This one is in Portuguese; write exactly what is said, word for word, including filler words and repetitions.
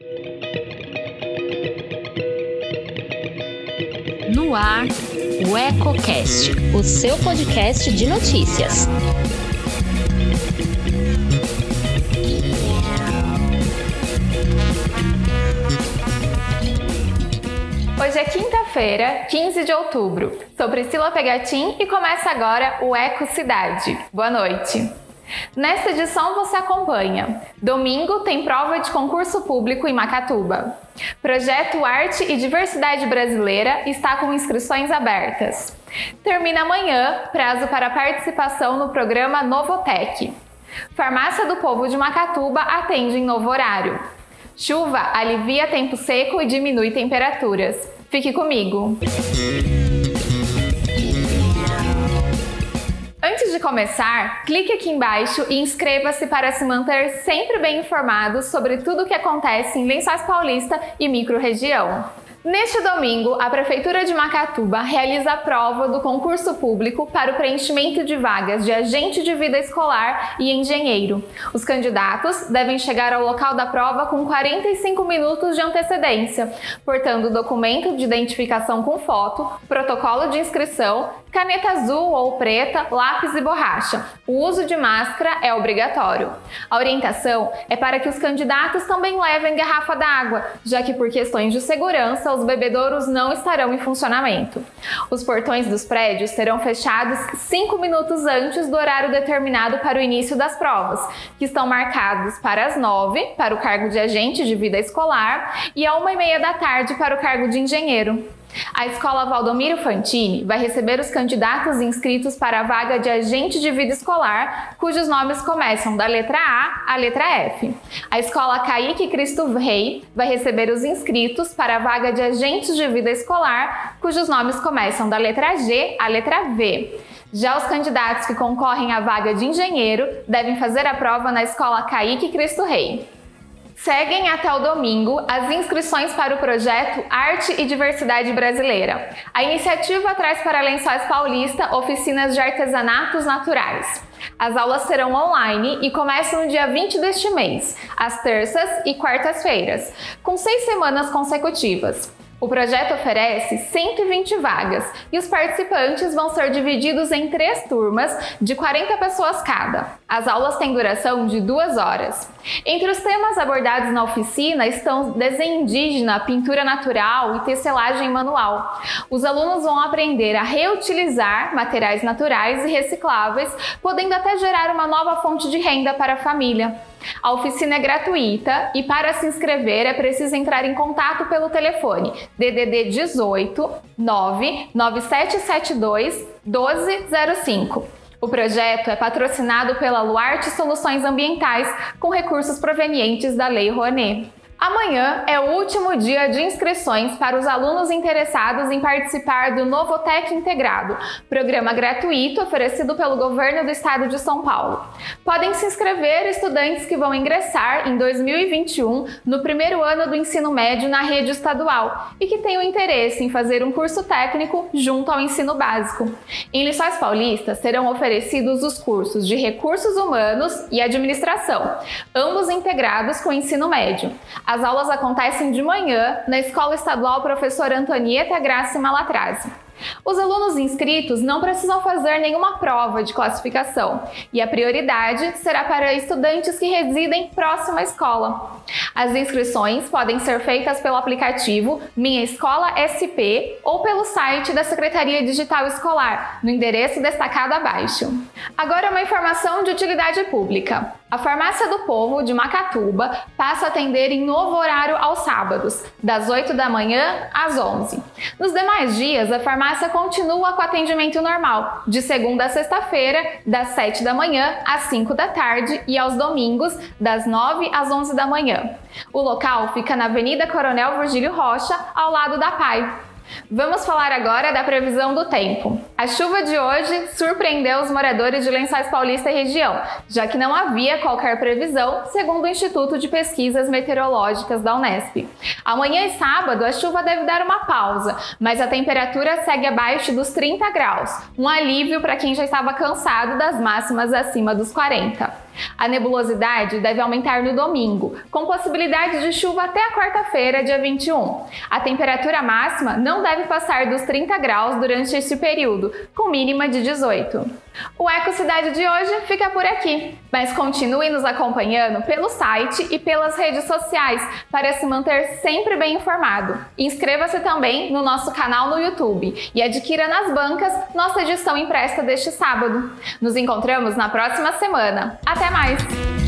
No ar, o EcoCast, o seu podcast de notícias. Hoje é quinta-feira, quinze de outubro. Sou Priscila Pegatin e começa agora o Eco Cidade. Boa noite. Nesta edição você acompanha. Domingo tem prova de concurso público em Macatuba. Projeto Arte e Diversidade Brasileira está com inscrições abertas. Termina amanhã prazo para participação no programa Novotec. Farmácia do Povo de Macatuba atende em novo horário. Chuva alivia tempo seco e diminui temperaturas. Fique comigo! Antes de começar, clique aqui embaixo e inscreva-se para se manter sempre bem informado sobre tudo o que acontece em Lençóis Paulista e microrregião. Neste domingo, a Prefeitura de Macatuba realiza a prova do concurso público para o preenchimento de vagas de agente de vida escolar e engenheiro. Os candidatos devem chegar ao local da prova com quarenta e cinco minutos de antecedência, portando documento de identificação com foto, protocolo de inscrição, caneta azul ou preta, lápis e borracha. O uso de máscara é obrigatório. A orientação é para que os candidatos também levem garrafa d'água, já que por questões de segurança os bebedouros não estarão em funcionamento. Os portões dos prédios serão fechados cinco minutos antes do horário determinado para o início das provas, que estão marcados para as nove para o cargo de agente de vida escolar e a uma e meia da tarde para o cargo de engenheiro. A Escola Valdomiro Fantini vai receber os candidatos inscritos para a vaga de agente de vida escolar, cujos nomes começam da letra A à letra F. A Escola Kaique Cristo Rei vai receber os inscritos para a vaga de agentes de vida escolar, cujos nomes começam da letra G à letra V. Já os candidatos que concorrem à vaga de engenheiro devem fazer a prova na Escola Kaique Cristo Rei. Seguem até o domingo as inscrições para o projeto Arte e Diversidade Brasileira. A iniciativa traz para Lençóis Paulista oficinas de artesanatos naturais. As aulas serão online e começam no dia vinte deste mês, às terças e quartas-feiras, com seis semanas consecutivas. O projeto oferece cento e vinte vagas e os participantes vão ser divididos em três turmas de quarenta pessoas cada. As aulas têm duração de duas horas. Entre os temas abordados na oficina estão desenho indígena, pintura natural e tecelagem manual. Os alunos vão aprender a reutilizar materiais naturais e recicláveis, podendo até gerar uma nova fonte de renda para a família. A oficina é gratuita e para se inscrever é preciso entrar em contato pelo telefone D D D dezoito, nove nove sete sete dois, um dois zero cinco. O projeto é patrocinado pela Luarte Soluções Ambientais com recursos provenientes da Lei Rouanet. Amanhã é o último dia de inscrições para os alunos interessados em participar do Novotec Integrado, programa gratuito oferecido pelo Governo do Estado de São Paulo. Podem se inscrever estudantes que vão ingressar em dois mil e vinte e um no primeiro ano do ensino médio na rede estadual e que tenham interesse em fazer um curso técnico junto ao ensino básico. Em Lençóis Paulista serão oferecidos os cursos de Recursos Humanos e Administração, ambos integrados com o ensino médio. As aulas acontecem de manhã na Escola Estadual Professora Antonieta Graça Malatrazzi. Os alunos inscritos não precisam fazer nenhuma prova de classificação e a prioridade será para estudantes que residem próximo à escola. As inscrições podem ser feitas pelo aplicativo Minha Escola S P ou pelo site da Secretaria Digital Escolar, no endereço destacado abaixo. Agora uma informação de utilidade pública. A Farmácia do Povo de Macatuba passa a atender em novo horário aos sábados, das oito da manhã às onze. Nos demais dias, a farmácia continua com atendimento normal, de segunda a sexta-feira, das sete da manhã às cinco da tarde e aos domingos, das nove às onze da manhã. O local fica na Avenida Coronel Virgílio Rocha, ao lado da P A I. Vamos falar agora da previsão do tempo. A chuva de hoje surpreendeu os moradores de Lençóis Paulista e região, já que não havia qualquer previsão, segundo o Instituto de Pesquisas Meteorológicas da Unesp. Amanhã e sábado a chuva deve dar uma pausa, mas a temperatura segue abaixo dos trinta graus, um alívio para quem já estava cansado das máximas acima dos quarenta. A nebulosidade deve aumentar no domingo, com possibilidade de chuva até a quarta-feira, dia vinte e um. A temperatura máxima não deve passar dos trinta graus durante este período, com mínima de dezoito. O Eco Cidade de hoje fica por aqui, mas continue nos acompanhando pelo site e pelas redes sociais para se manter sempre bem informado. Inscreva-se também no nosso canal no YouTube e adquira nas bancas nossa edição impressa deste sábado. Nos encontramos na próxima semana. Até mais!